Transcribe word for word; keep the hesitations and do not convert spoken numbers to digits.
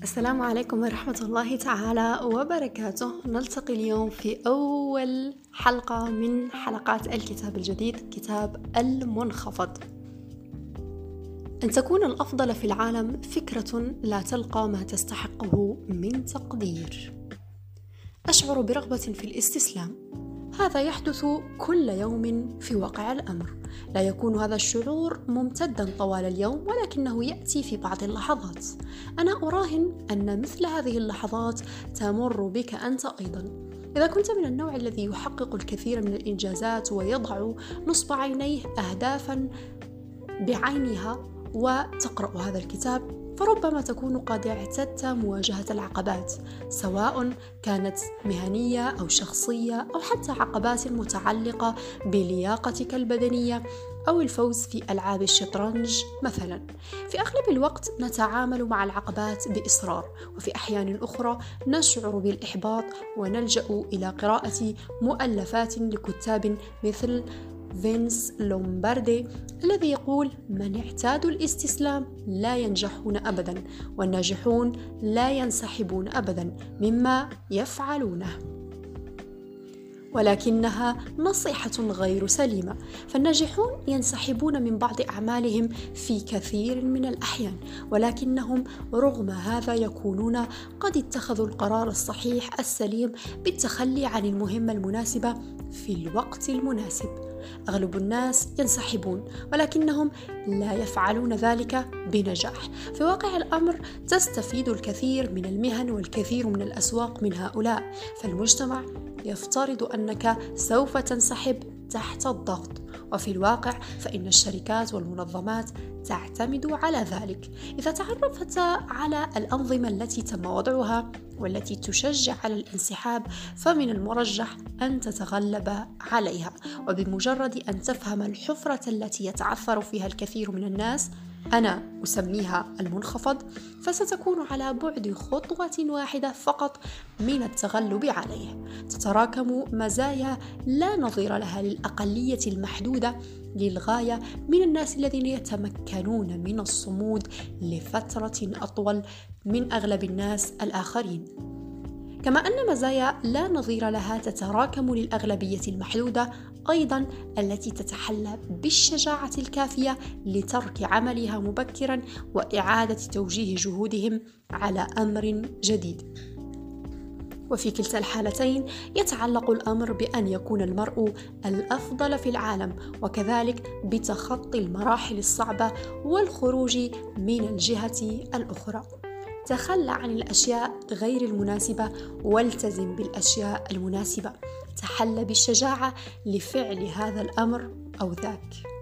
السلام عليكم ورحمة الله تعالى وبركاته. نلتقي اليوم في أول حلقة من حلقات الكتاب الجديد، كتاب المنخفض. أن تكون الأفضل في العالم فكرة لا تلقى ما تستحقه من تقدير. أشعر برغبة في الاستسلام، هذا يحدث كل يوم في واقع الأمر. لا يكون هذا الشعور ممتدا طوال اليوم، ولكنه يأتي في بعض اللحظات. أنا أراهن أن مثل هذه اللحظات تمر بك أنت أيضا. إذا كنت من النوع الذي يحقق الكثير من الإنجازات ويضع نصب عينيه أهدافا بعينها وتقرأ هذا الكتاب، فربما تكون قد اعتدت مواجهة العقبات، سواء كانت مهنية أو شخصية أو حتى عقبات متعلقة بلياقتك البدنية أو الفوز في ألعاب الشطرنج مثلا. في أغلب الوقت نتعامل مع العقبات بإصرار، وفي أحيان أخرى نشعر بالإحباط ونلجأ إلى قراءة مؤلفات لكتاب مثل فينس لومباردي الذي يقول: من اعتادوا الاستسلام لا ينجحون أبدا، والناجحون لا ينسحبون أبدا مما يفعلونه. ولكنها نصيحة غير سليمة، فالناجحون ينسحبون من بعض أعمالهم في كثير من الأحيان، ولكنهم رغم هذا يكونون قد اتخذوا القرار الصحيح السليم بالتخلي عن المهمة المناسبة في الوقت المناسب. أغلب الناس ينسحبون، ولكنهم لا يفعلون ذلك بنجاح. في واقع الأمر تستفيد الكثير من المهن والكثير من الأسواق من هؤلاء، فالمجتمع يفترض أنك سوف تنسحب تحت الضغط، وفي الواقع فإن الشركات والمنظمات تعتمد على ذلك. إذا تعرفت على الأنظمة التي تم وضعها والتي تشجع على الانسحاب، فمن المرجح أن تتغلب عليها. وبمجرد أن تفهم الحفرة التي يتعثر فيها الكثير من الناس، أنا أسميها المنخفض، فستكون على بعد خطوة واحدة فقط من التغلب عليه. تتراكم مزايا لا نظير لها للأقلية المحدودة للغاية من الناس الذين يتمكنون من الصمود لفترة أطول من أغلب الناس الآخرين، كما أن مزايا لا نظير لها تتراكم للأغلبية المحدودة أيضا التي تتحلى بالشجاعة الكافية لترك عملها مبكرا وإعادة توجيه جهودهم على أمر جديد. وفي كلتا الحالتين يتعلق الأمر بأن يكون المرء الأفضل في العالم، وكذلك بتخطي المراحل الصعبة والخروج من الجهة الأخرى. تخلى عن الأشياء غير المناسبة والتزم بالأشياء المناسبة. تحلى بالشجاعة لفعل هذا الأمر أو ذاك.